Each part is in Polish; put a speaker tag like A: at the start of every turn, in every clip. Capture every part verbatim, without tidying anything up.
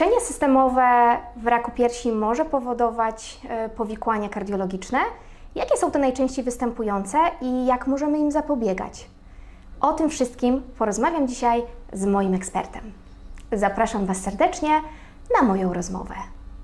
A: leczenie systemowe w raku piersi może powodować powikłania kardiologiczne? Jakie są te najczęściej występujące i jak możemy im zapobiegać? O tym wszystkim porozmawiam dzisiaj z moim ekspertem. Zapraszam Was serdecznie na moją rozmowę.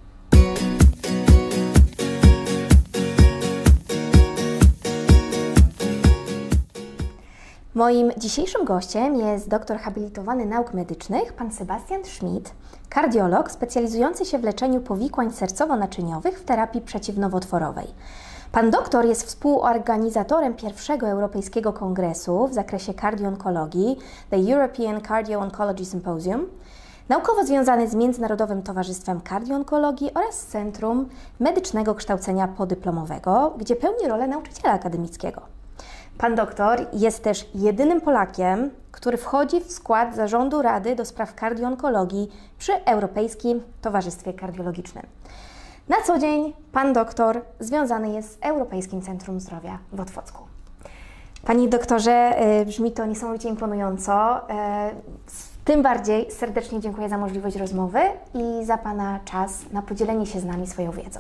A: Moim dzisiejszym gościem jest doktor habilitowany nauk medycznych, pan Sebastian Schmidt, kardiolog specjalizujący się w leczeniu powikłań sercowo-naczyniowych w terapii przeciwnowotworowej. Pan doktor jest współorganizatorem pierwszego Europejskiego Kongresu w zakresie kardioonkologii, The European Cardio-Oncology Symposium, naukowo związany z Międzynarodowym Towarzystwem Kardioonkologii oraz Centrum Medycznego Kształcenia Podyplomowego, gdzie pełni rolę nauczyciela akademickiego. Pan doktor jest też jedynym Polakiem, który wchodzi w skład zarządu Rady do spraw kardioonkologii przy Europejskim Towarzystwie Kardiologicznym. Na co dzień pan doktor związany jest z Europejskim Centrum Zdrowia w Otwocku. Panie doktorze, brzmi to niesamowicie imponująco. Tym bardziej serdecznie dziękuję za możliwość rozmowy i za pana czas na podzielenie się z nami swoją wiedzą.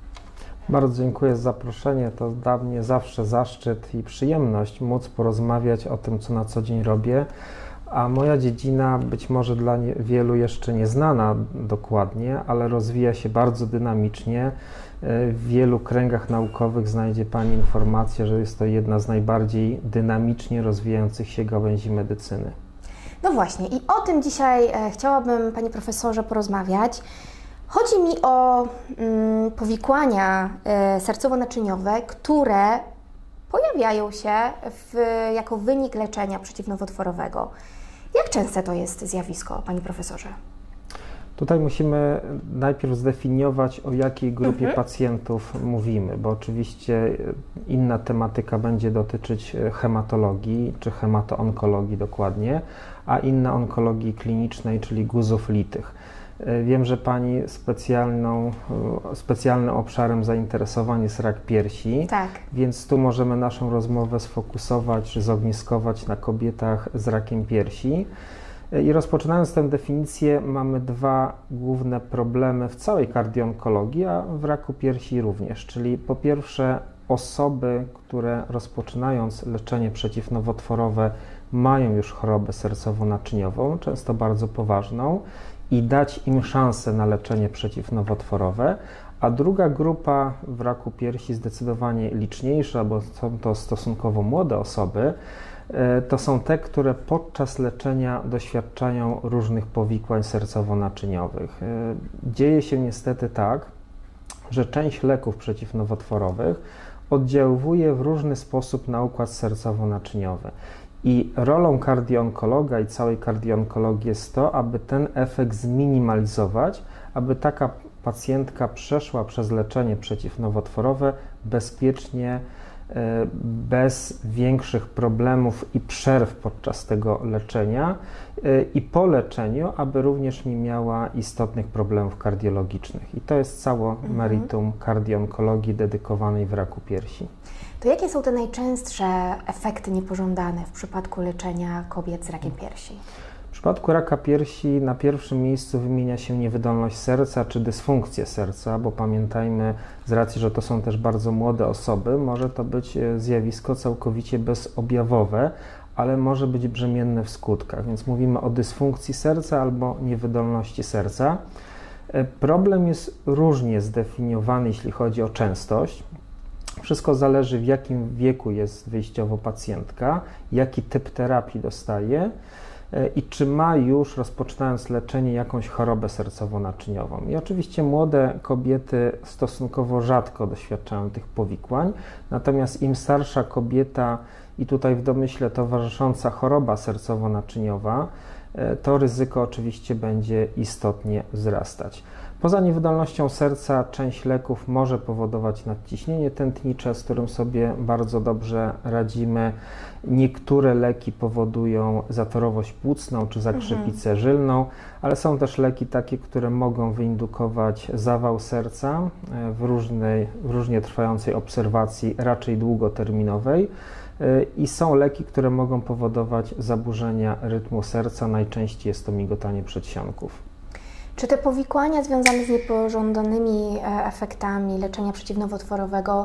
B: Bardzo dziękuję za zaproszenie. To dla mnie zawsze zaszczyt i przyjemność móc porozmawiać o tym, co na co dzień robię. A moja dziedzina być może dla wielu jeszcze nieznana dokładnie, ale rozwija się bardzo dynamicznie. W wielu kręgach naukowych znajdzie Pani informację, że jest to jedna z najbardziej dynamicznie rozwijających się gałęzi medycyny.
A: No właśnie i o tym dzisiaj chciałabym, Panie Profesorze, porozmawiać. Chodzi mi o mm, powikłania y, sercowo-naczyniowe, które pojawiają się w, jako wynik leczenia przeciwnowotworowego. Jak częste to jest zjawisko, Panie Profesorze?
B: Tutaj musimy najpierw zdefiniować, o jakiej grupie
A: mhm.
B: pacjentów mówimy, bo oczywiście inna tematyka będzie dotyczyć hematologii, czy hematoonkologii dokładnie, a inna onkologii klinicznej, czyli guzów litych. Wiem, że Pani specjalną, specjalnym obszarem zainteresowań jest rak piersi,
A: tak.
B: Więc tu możemy naszą rozmowę sfokusować czy zogniskować na kobietach z rakiem piersi. I rozpoczynając tę definicję, mamy dwa główne problemy w całej kardioonkologii, a w raku piersi również, czyli po pierwsze osoby, które rozpoczynając leczenie przeciwnowotworowe mają już chorobę sercowo-naczyniową, często bardzo poważną, i dać im szansę na leczenie przeciwnowotworowe, a druga grupa w raku piersi zdecydowanie liczniejsza, bo są to stosunkowo młode osoby, to są te, które podczas leczenia doświadczają różnych powikłań sercowo-naczyniowych. Dzieje się niestety tak, że część leków przeciwnowotworowych oddziałuje w różny sposób na układ sercowo-naczyniowy. I rolą kardioonkologa i całej kardioonkologi jest to, aby ten efekt zminimalizować, aby taka pacjentka przeszła przez leczenie przeciwnowotworowe bezpiecznie, bez większych problemów i przerw podczas tego leczenia i po leczeniu, aby również nie miała istotnych problemów kardiologicznych. I to jest całe meritum kardioonkologii dedykowanej w raku piersi.
A: To jakie są te najczęstsze efekty niepożądane w przypadku leczenia kobiet z rakiem piersi?
B: W przypadku raka piersi na pierwszym miejscu wymienia się niewydolność serca czy dysfunkcję serca, bo pamiętajmy, z racji, że to są też bardzo młode osoby, może to być zjawisko całkowicie bezobjawowe, ale może być brzemienne w skutkach, więc mówimy o dysfunkcji serca albo niewydolności serca. Problem jest różnie zdefiniowany, jeśli chodzi o częstość. Wszystko zależy, w jakim wieku jest wyjściowo pacjentka, jaki typ terapii dostaje i czy ma już, rozpoczynając leczenie, jakąś chorobę sercowo-naczyniową. I oczywiście młode kobiety stosunkowo rzadko doświadczają tych powikłań, natomiast im starsza kobieta i tutaj w domyśle towarzysząca choroba sercowo-naczyniowa, to ryzyko oczywiście będzie istotnie wzrastać. Poza niewydolnością serca część leków może powodować nadciśnienie tętnicze, z którym sobie bardzo dobrze radzimy. Niektóre leki powodują zatorowość płucną czy zakrzypicę mhm. żylną, ale są też leki takie, które mogą wyindukować zawał serca w, różnej, w różnie trwającej obserwacji, raczej długoterminowej. I są leki, które mogą powodować zaburzenia rytmu serca, najczęściej jest to migotanie przedsionków.
A: Czy te powikłania związane z niepożądanymi efektami leczenia przeciwnowotworowego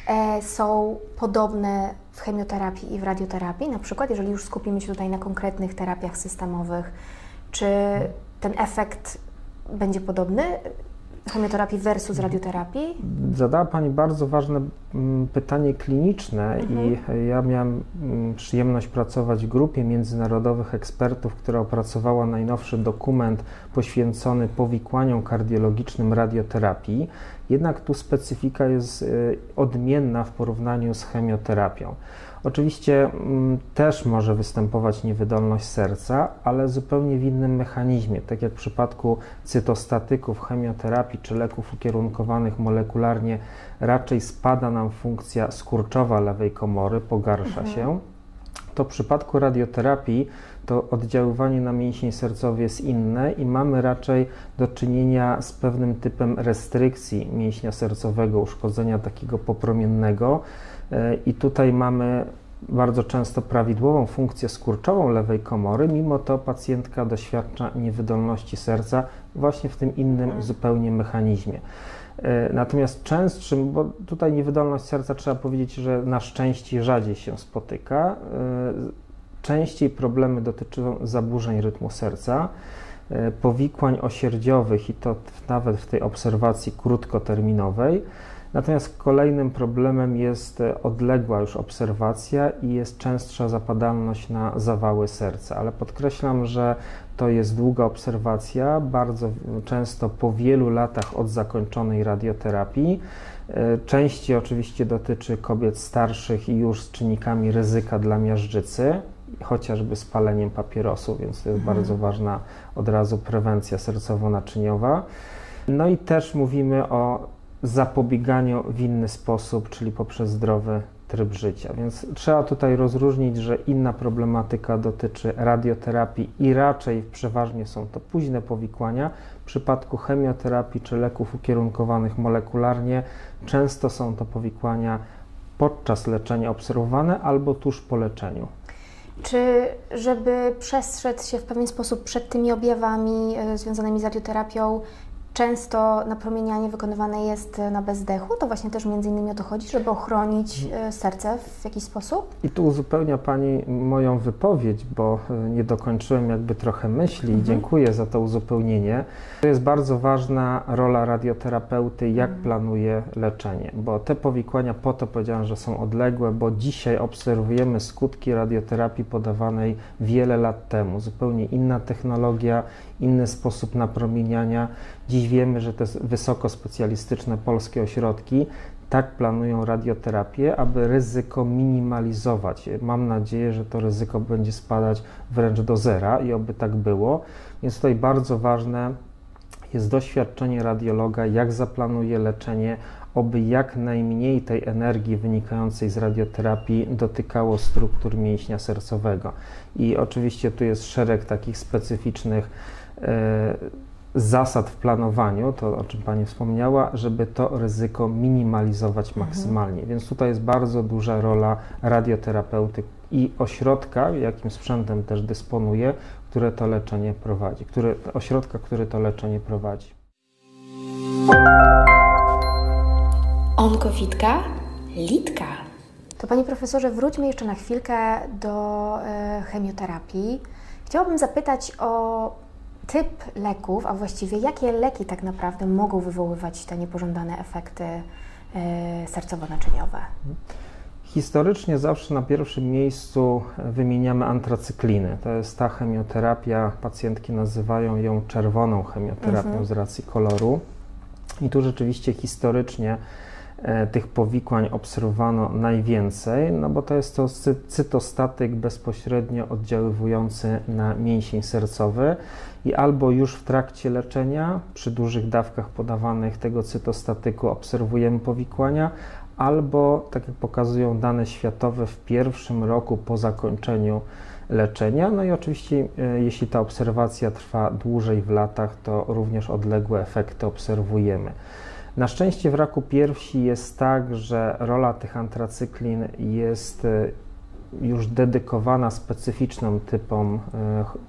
A: są podobne w chemioterapii i w radioterapii? Na przykład, jeżeli już skupimy się tutaj na konkretnych terapiach systemowych, czy ten efekt będzie podobny? Chemioterapii versus radioterapii?
B: Zadała Pani bardzo ważne pytanie kliniczne mhm. i ja miałem przyjemność pracować w grupie międzynarodowych ekspertów, która opracowała najnowszy dokument poświęcony powikłaniom kardiologicznym radioterapii. Jednak tu specyfika jest odmienna w porównaniu z chemioterapią. Oczywiście m, też może występować niewydolność serca, ale zupełnie w innym mechanizmie. Tak jak w przypadku cytostatyków, chemioterapii czy leków ukierunkowanych molekularnie, raczej spada nam funkcja skurczowa lewej komory, pogarsza mhm. się. To w przypadku radioterapii to oddziaływanie na mięsień sercowy jest inne i mamy raczej do czynienia z pewnym typem restrykcji mięśnia sercowego, uszkodzenia takiego popromiennego. I tutaj mamy bardzo często prawidłową funkcję skurczową lewej komory, mimo to pacjentka doświadcza niewydolności serca właśnie w tym innym mhm. zupełnie mechanizmie. Natomiast częstszym, bo tutaj niewydolność serca trzeba powiedzieć, że na szczęście rzadziej się spotyka, częściej problemy dotyczą zaburzeń rytmu serca, powikłań osierdziowych i to nawet w tej obserwacji krótkoterminowej. Natomiast kolejnym problemem jest odległa już obserwacja i jest częstsza zapadalność na zawały serca, ale podkreślam, że to jest długa obserwacja, bardzo często po wielu latach od zakończonej radioterapii. Częściej oczywiście dotyczy kobiet starszych i już z czynnikami ryzyka dla miażdżycy, chociażby z paleniem papierosu, więc to jest mhm. bardzo ważna od razu prewencja sercowo-naczyniowa. No i też mówimy o zapobieganiu w inny sposób, czyli poprzez zdrowy tryb życia. Więc trzeba tutaj rozróżnić, że inna problematyka dotyczy radioterapii i raczej przeważnie są to późne powikłania. W przypadku chemioterapii czy leków ukierunkowanych molekularnie często są to powikłania podczas leczenia obserwowane albo tuż po leczeniu.
A: Czy żeby przestrzec się w pewien sposób przed tymi objawami związanymi z radioterapią, często napromienianie wykonywane jest na bezdechu, to właśnie też między innymi o to chodzi, żeby ochronić serce w jakiś sposób?
B: I tu uzupełnia Pani moją wypowiedź, bo nie dokończyłem jakby trochę myśli mhm. i dziękuję za to uzupełnienie. To jest bardzo ważna rola radioterapeuty, jak mhm. planuje leczenie, bo te powikłania, po to powiedziałem, że są odległe, bo dzisiaj obserwujemy skutki radioterapii podawanej wiele lat temu. Zupełnie inna technologia, inny sposób napromieniania. Dziś wiemy, że te wysokospecjalistyczne polskie ośrodki tak planują radioterapię, aby ryzyko minimalizować. Mam nadzieję, że to ryzyko będzie spadać wręcz do zera i oby tak było. Więc tutaj bardzo ważne jest doświadczenie radiologa, jak zaplanuje leczenie, oby jak najmniej tej energii wynikającej z radioterapii dotykało struktur mięśnia sercowego. I oczywiście tu jest szereg takich specyficznych e, zasad w planowaniu, to o czym Pani wspomniała, żeby to ryzyko minimalizować maksymalnie. Mhm. Więc tutaj jest bardzo duża rola radioterapeuty i ośrodka, jakim sprzętem też dysponuje, które to leczenie prowadzi, który, ośrodka, który to leczenie prowadzi.
A: Onkofitka, litka. To Panie Profesorze, wróćmy jeszcze na chwilkę do e, chemioterapii. Chciałabym zapytać o typ leków, a właściwie jakie leki tak naprawdę mogą wywoływać te niepożądane efekty e, sercowo-naczyniowe?
B: Historycznie zawsze na pierwszym miejscu wymieniamy antracyklinę. To jest ta chemioterapia, pacjentki nazywają ją czerwoną chemioterapią mhm. z racji koloru. I tu rzeczywiście historycznie e, tych powikłań obserwowano najwięcej, no bo to jest to cy cytostatyk bezpośrednio oddziaływujący na mięsień sercowy i albo już w trakcie leczenia, przy dużych dawkach podawanych tego cytostatyku obserwujemy powikłania, albo, tak jak pokazują dane światowe, w pierwszym roku po zakończeniu leczenia. No i oczywiście, jeśli ta obserwacja trwa dłużej w latach, to również odległe efekty obserwujemy. Na szczęście w raku piersi jest tak, że rola tych antracyklin jest już dedykowana specyficznym typom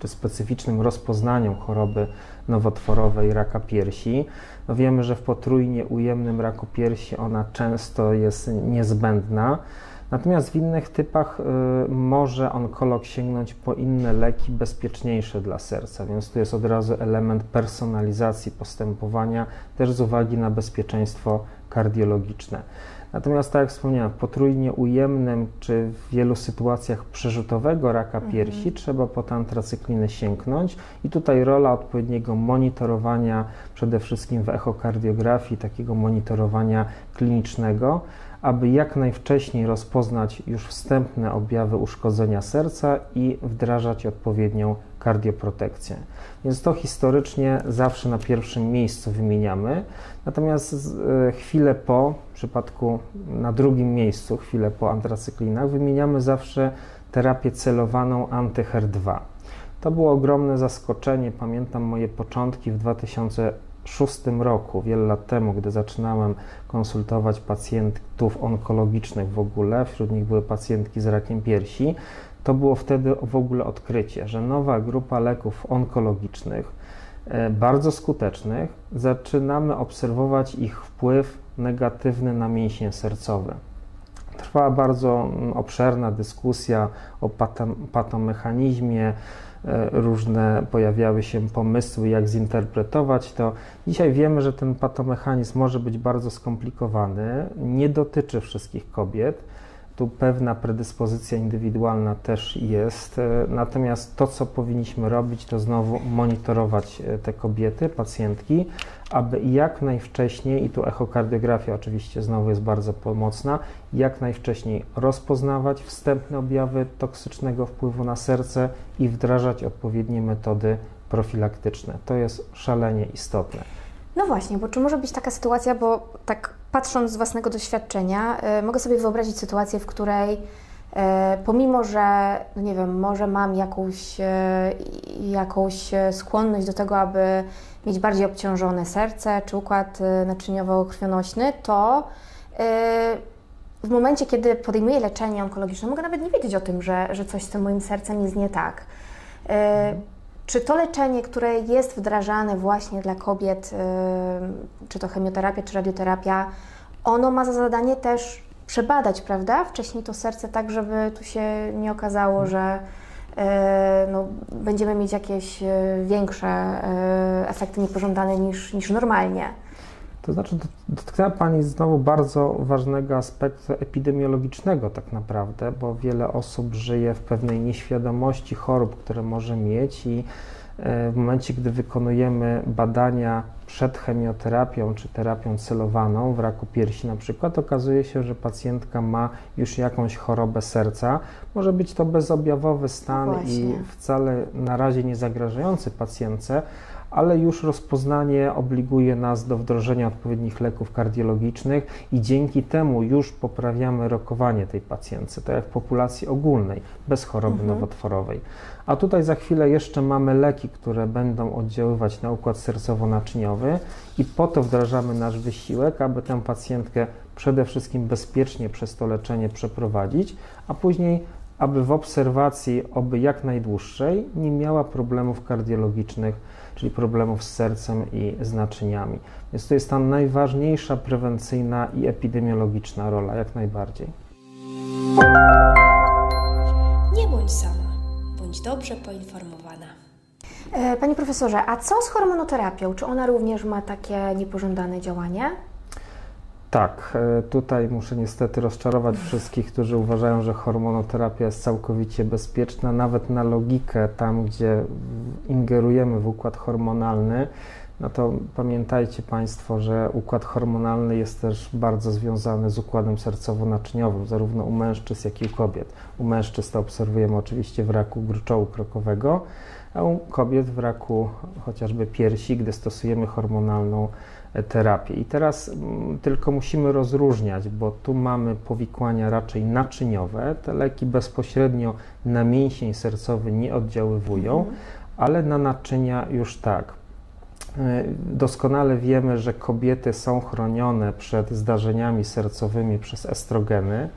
B: czy specyficznym rozpoznaniu choroby nowotworowej raka piersi. No wiemy, że w potrójnie ujemnym raku piersi ona często jest niezbędna. Natomiast w innych typach y, może onkolog sięgnąć po inne leki bezpieczniejsze dla serca, więc tu jest od razu element personalizacji postępowania, też z uwagi na bezpieczeństwo kardiologiczne. Natomiast tak jak wspomniałem, w potrójnie ujemnym czy w wielu sytuacjach przerzutowego raka piersi mhm. trzeba po tę antracyklinę sięgnąć i tutaj rola odpowiedniego monitorowania, przede wszystkim w echokardiografii, takiego monitorowania klinicznego, aby jak najwcześniej rozpoznać już wstępne objawy uszkodzenia serca i wdrażać odpowiednią kardioprotekcję. Więc to historycznie zawsze na pierwszym miejscu wymieniamy, natomiast chwilę po, w przypadku na drugim miejscu, chwilę po antracyklinach, wymieniamy zawsze terapię celowaną anty H E R dwa. To było ogromne zaskoczenie, pamiętam moje początki w dwa tysiące szóstym roku, wiele lat temu, gdy zaczynałem konsultować pacjentów onkologicznych w ogóle, wśród nich były pacjentki z rakiem piersi, to było wtedy w ogóle odkrycie, że nowa grupa leków onkologicznych, bardzo skutecznych, zaczynamy obserwować ich wpływ negatywny na mięsień sercowy. Trwała bardzo obszerna dyskusja o patom patomechanizmie, różne pojawiały się pomysły, jak zinterpretować to. Dzisiaj wiemy, że ten patomechanizm może być bardzo skomplikowany, nie dotyczy wszystkich kobiet. Tu pewna predyspozycja indywidualna też jest, natomiast to, co powinniśmy robić, to znowu monitorować te kobiety, pacjentki, aby jak najwcześniej, i tu echokardiografia oczywiście znowu jest bardzo pomocna, jak najwcześniej rozpoznawać wstępne objawy toksycznego wpływu na serce i wdrażać odpowiednie metody profilaktyczne. To jest szalenie istotne.
A: No właśnie, bo czy może być taka sytuacja, bo tak patrząc z własnego doświadczenia, y, mogę sobie wyobrazić sytuację, w której y, pomimo, że, no nie wiem, może mam jakąś, y, jakąś skłonność do tego, aby mieć bardziej obciążone serce czy układ y, naczyniowo-krwionośny, to y, w momencie, kiedy podejmuję leczenie onkologiczne, mogę nawet nie wiedzieć o tym, że, że coś z tym moim sercem jest nie tak. Y, mhm. Czy to leczenie, które jest wdrażane właśnie dla kobiet, yy, czy to chemioterapia, czy radioterapia, ono ma za zadanie też przebadać, prawda, wcześniej to serce, tak żeby tu się nie okazało, że yy, no, będziemy mieć jakieś yy, większe yy, efekty niepożądane niż, niż normalnie.
B: To znaczy, dotknęła Pani znowu bardzo ważnego aspektu epidemiologicznego tak naprawdę, bo wiele osób żyje w pewnej nieświadomości chorób, które może mieć i w momencie, gdy wykonujemy badania przed chemioterapią czy terapią celowaną w raku piersi na przykład, okazuje się, że pacjentka ma już jakąś chorobę serca. Może być to bezobjawowy stan no i wcale na razie nie zagrażający pacjentce, ale już rozpoznanie obliguje nas do wdrożenia odpowiednich leków kardiologicznych i dzięki temu już poprawiamy rokowanie tej pacjentce, tak jak w populacji ogólnej, bez choroby mhm. nowotworowej. A tutaj za chwilę jeszcze mamy leki, które będą oddziaływać na układ sercowo-naczyniowy i po to wdrażamy nasz wysiłek, aby tę pacjentkę przede wszystkim bezpiecznie przez to leczenie przeprowadzić, a później aby w obserwacji oby jak najdłuższej nie miała problemów kardiologicznych, czyli problemów z sercem i z naczyniami. Więc to jest ta najważniejsza prewencyjna i epidemiologiczna rola, jak najbardziej.
C: Nie bądź sama, bądź dobrze poinformowana.
A: Panie profesorze, a co z hormonoterapią? Czy ona również ma takie niepożądane działanie?
B: Tak, tutaj muszę niestety rozczarować wszystkich, którzy uważają, że hormonoterapia jest całkowicie bezpieczna, nawet na logikę, tam gdzie ingerujemy w układ hormonalny, no to pamiętajcie Państwo, że układ hormonalny jest też bardzo związany z układem sercowo-naczyniowym, zarówno u mężczyzn, jak i u kobiet. U mężczyzn to obserwujemy oczywiście w raku gruczołu krokowego, a u kobiet w raku chociażby piersi, gdy stosujemy hormonalną terapię. I teraz m, tylko musimy rozróżniać, bo tu mamy powikłania raczej naczyniowe. Te leki bezpośrednio na mięsień sercowy nie oddziaływują, mhm. ale na naczynia już tak. Doskonale wiemy, że kobiety są chronione przed zdarzeniami sercowymi przez estrogeny.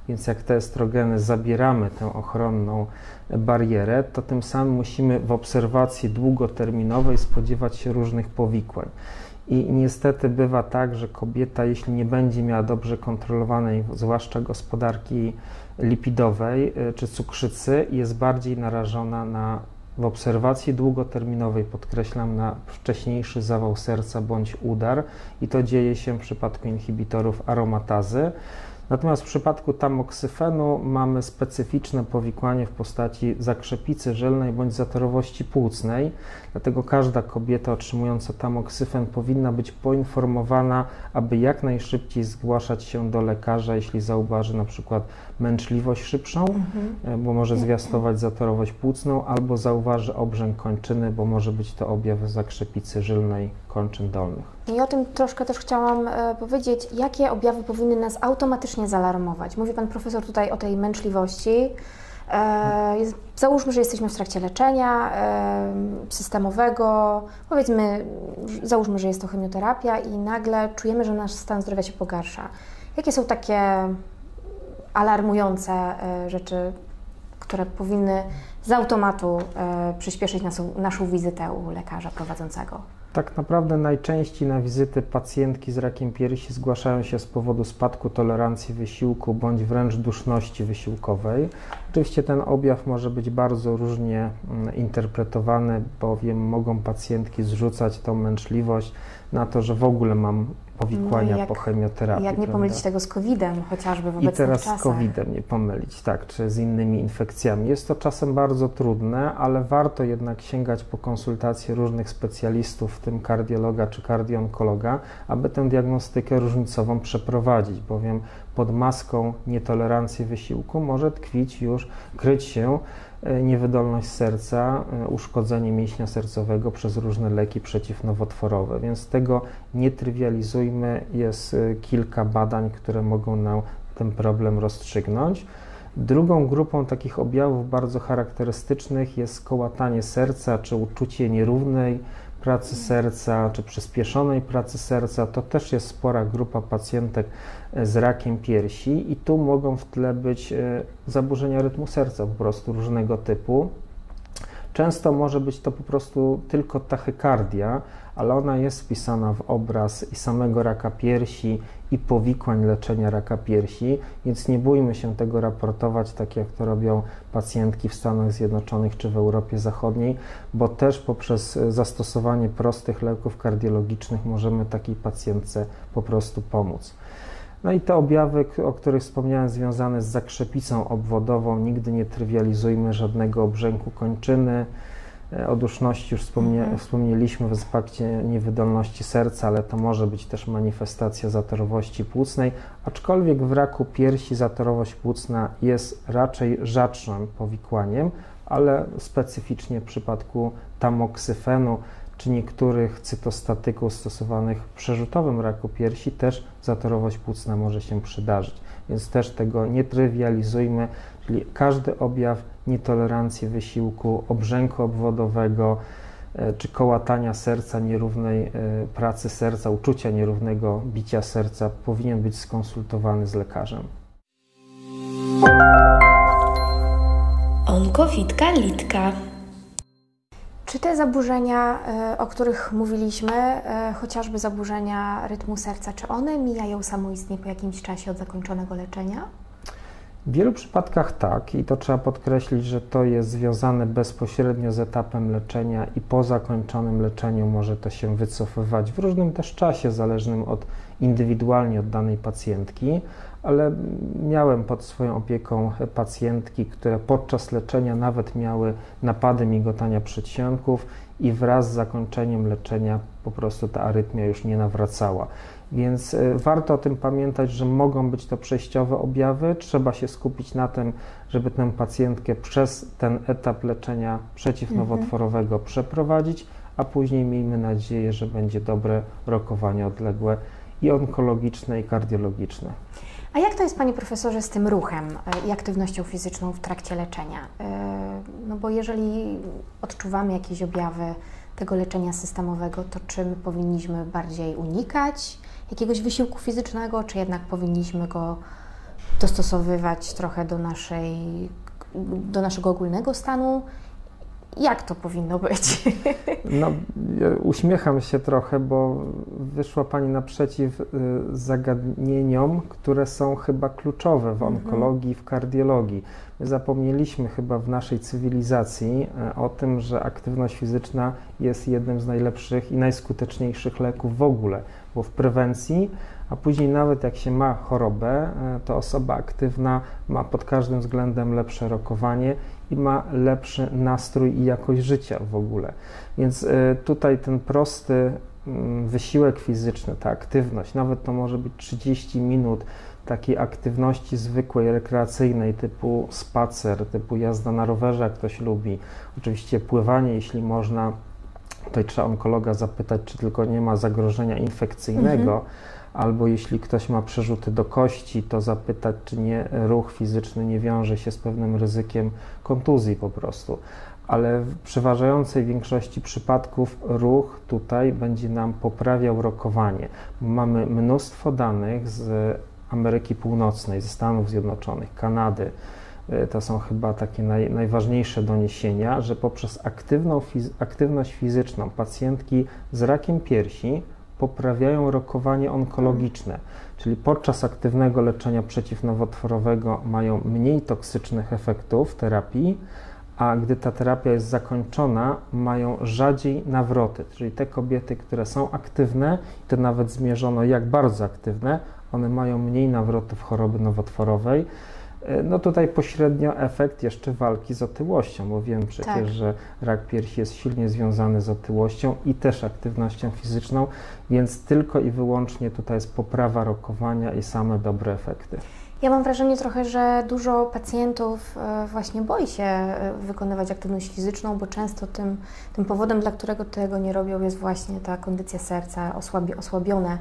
B: Więc jak te estrogeny zabieramy tę ochronną barierę, to tym samym musimy w obserwacji długoterminowej spodziewać się różnych powikłań. I niestety bywa tak, że kobieta, jeśli nie będzie miała dobrze kontrolowanej, zwłaszcza gospodarki lipidowej czy cukrzycy, jest bardziej narażona na, w obserwacji długoterminowej, podkreślam, na wcześniejszy zawał serca bądź udar i to dzieje się w przypadku inhibitorów aromatazy. Natomiast w przypadku tamoksyfenu mamy specyficzne powikłanie w postaci zakrzepicy żylnej bądź zatorowości płucnej, dlatego każda kobieta otrzymująca tamoksyfen powinna być poinformowana, aby jak najszybciej zgłaszać się do lekarza, jeśli zauważy na przykład męczliwość szybszą, mhm. bo może zwiastować zatorowość płucną, albo zauważy obrzęk kończyny, bo może być to objaw zakrzepicy żylnej kończyn dolnych.
A: I o tym troszkę też chciałam e, powiedzieć, jakie objawy powinny nas automatycznie zaalarmować. Mówi Pan Profesor tutaj o tej męczliwości. E, jest, załóżmy, że jesteśmy w trakcie leczenia e, systemowego, powiedzmy, załóżmy, że jest to chemioterapia i nagle czujemy, że nasz stan zdrowia się pogarsza. Jakie są takie alarmujące e, rzeczy, które powinny z automatu e, przyspieszyć naszą, naszą wizytę u lekarza prowadzącego?
B: Tak naprawdę najczęściej na wizyty pacjentki z rakiem piersi zgłaszają się z powodu spadku tolerancji wysiłku bądź wręcz duszności wysiłkowej. Oczywiście ten objaw może być bardzo różnie interpretowany, bowiem mogą pacjentki zrzucać tą męczliwość na to, że w ogóle mam powikłania no jak, po chemioterapii.
A: Jak nie prawda? pomylić tego z kowidem chociażby w obecnych
B: I teraz
A: czasach.
B: z kowidem nie pomylić, tak, czy z innymi infekcjami. Jest to czasem bardzo trudne, ale warto jednak sięgać po konsultacje różnych specjalistów, w tym kardiologa czy kardioonkologa, aby tę diagnostykę różnicową przeprowadzić, bowiem pod maską nietolerancji wysiłku może tkwić już, kryć się niewydolność serca, uszkodzenie mięśnia sercowego przez różne leki przeciwnowotworowe, więc tego nie trywializujmy. Jest kilka badań, które mogą nam ten problem rozstrzygnąć. Drugą grupą takich objawów bardzo charakterystycznych jest kołatanie serca, czy uczucie nierównej pracy serca, czy przyspieszonej pracy serca. To też jest spora grupa pacjentek z rakiem piersi i tu mogą w tle być zaburzenia rytmu serca po prostu różnego typu. Często może być to po prostu tylko tachykardia, ale ona jest wpisana w obraz i samego raka piersi i powikłań leczenia raka piersi, więc nie bójmy się tego raportować, tak jak to robią pacjentki w Stanach Zjednoczonych czy w Europie Zachodniej, bo też poprzez zastosowanie prostych leków kardiologicznych możemy takiej pacjentce po prostu pomóc. No i te objawy, o których wspomniałem, związane z zakrzepicą obwodową, nigdy nie trywializujmy żadnego obrzęku kończyny. O duszności już wspomnie, mhm. wspomnieliśmy w aspekcie niewydolności serca, ale to może być też manifestacja zatorowości płucnej, aczkolwiek w raku piersi zatorowość płucna jest raczej rzadszym powikłaniem, ale specyficznie w przypadku tamoksyfenu czy niektórych cytostatyków stosowanych w przerzutowym raku piersi też zatorowość płucna może się przydarzyć, więc też tego nie trywializujmy, czyli każdy objaw nietolerancji wysiłku, obrzęku obwodowego czy kołatania serca, nierównej pracy serca, uczucia nierównego bicia serca powinien być skonsultowany z lekarzem.
C: Onkowitka Litka.
A: Czy te zaburzenia, o których mówiliśmy, chociażby zaburzenia rytmu serca, czy one mijają samoistnie po jakimś czasie od zakończonego leczenia?
B: W wielu przypadkach tak i to trzeba podkreślić, że to jest związane bezpośrednio z etapem leczenia i po zakończonym leczeniu może to się wycofywać w różnym też czasie, zależnym od indywidualnie od danej pacjentki, ale miałem pod swoją opieką pacjentki, które podczas leczenia nawet miały napady migotania przedsionków i wraz z zakończeniem leczenia po prostu ta arytmia już nie nawracała. Więc warto o tym pamiętać, że mogą być to przejściowe objawy. Trzeba się skupić na tym, żeby tę pacjentkę przez ten etap leczenia przeciwnowotworowego mhm. przeprowadzić, a później miejmy nadzieję, że będzie dobre rokowanie odległe i onkologiczne, i kardiologiczne.
A: A jak to jest, Panie Profesorze, z tym ruchem i aktywnością fizyczną w trakcie leczenia? No bo jeżeli odczuwamy jakieś objawy tego leczenia systemowego, to czy my powinniśmy bardziej unikać jakiegoś wysiłku fizycznego, czy jednak powinniśmy go dostosowywać trochę do naszej, do naszego ogólnego stanu. Jak to powinno być?
B: No, ja uśmiecham się trochę, bo wyszła Pani naprzeciw zagadnieniom, które są chyba kluczowe w onkologii, w kardiologii. My zapomnieliśmy chyba w naszej cywilizacji o tym, że aktywność fizyczna jest jednym z najlepszych i najskuteczniejszych leków w ogóle, bo w prewencji, a później nawet jak się ma chorobę, to osoba aktywna ma pod każdym względem lepsze rokowanie i ma lepszy nastrój i jakość życia w ogóle. Więc tutaj ten prosty wysiłek fizyczny, ta aktywność, nawet to może być trzydzieści minut takiej aktywności zwykłej, rekreacyjnej, typu spacer, typu jazda na rowerze, jak ktoś lubi, oczywiście pływanie, jeśli można. Tutaj trzeba onkologa zapytać, czy tylko nie ma zagrożenia infekcyjnego, mhm. albo jeśli ktoś ma przerzuty do kości, to zapytać, czy nie ruch fizyczny nie wiąże się z pewnym ryzykiem kontuzji po prostu. Ale w przeważającej większości przypadków ruch tutaj będzie nam poprawiał rokowanie. Mamy mnóstwo danych z Ameryki Północnej, ze Stanów Zjednoczonych, Kanady. To są chyba takie naj, najważniejsze doniesienia, że poprzez aktywną, fiz, aktywność fizyczną pacjentki z rakiem piersi poprawiają rokowanie onkologiczne, czyli podczas aktywnego leczenia przeciwnowotworowego mają mniej toksycznych efektów terapii, a gdy ta terapia jest zakończona, mają rzadziej nawroty, czyli te kobiety, które są aktywne, to nawet zmierzono jak bardzo aktywne, one mają mniej nawrotów choroby nowotworowej. No tutaj pośrednio efekt jeszcze walki z otyłością, bo wiem przecież, tak. że rak piersi jest silnie związany z otyłością i też aktywnością fizyczną, więc tylko i wyłącznie tutaj jest poprawa rokowania i same dobre efekty.
A: Ja mam wrażenie trochę, że dużo pacjentów właśnie boi się wykonywać aktywność fizyczną, bo często tym, tym powodem, dla którego tego nie robią, jest właśnie ta kondycja serca, osłabi, osłabione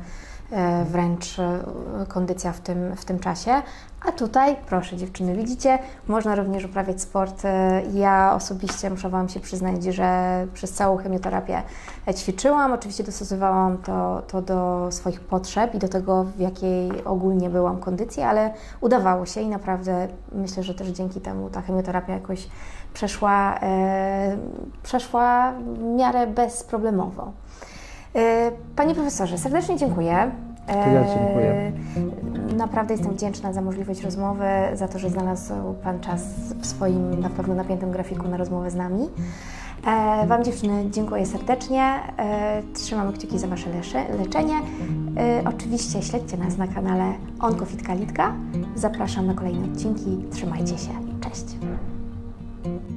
A: wręcz kondycja w tym, w tym czasie. A tutaj, proszę dziewczyny, widzicie, można również uprawiać sport. Ja osobiście muszę Wam się przyznać, że przez całą chemioterapię ćwiczyłam. Oczywiście dostosowałam to, to do swoich potrzeb i do tego, w jakiej ogólnie byłam kondycji, ale udawało się i naprawdę myślę, że też dzięki temu ta chemioterapia jakoś przeszła, e, przeszła w miarę bezproblemowo. Panie profesorze, serdecznie dziękuję.
B: To ja dziękuję.
A: Naprawdę jestem wdzięczna za możliwość rozmowy, za to, że znalazł Pan czas w swoim na pewno napiętym grafiku na rozmowę z nami. Wam dziewczyny dziękuję serdecznie. Trzymamy kciuki za Wasze leczenie. Oczywiście śledźcie nas na kanale OncoFit Kalitka. Zapraszam na kolejne odcinki. Trzymajcie się. Cześć.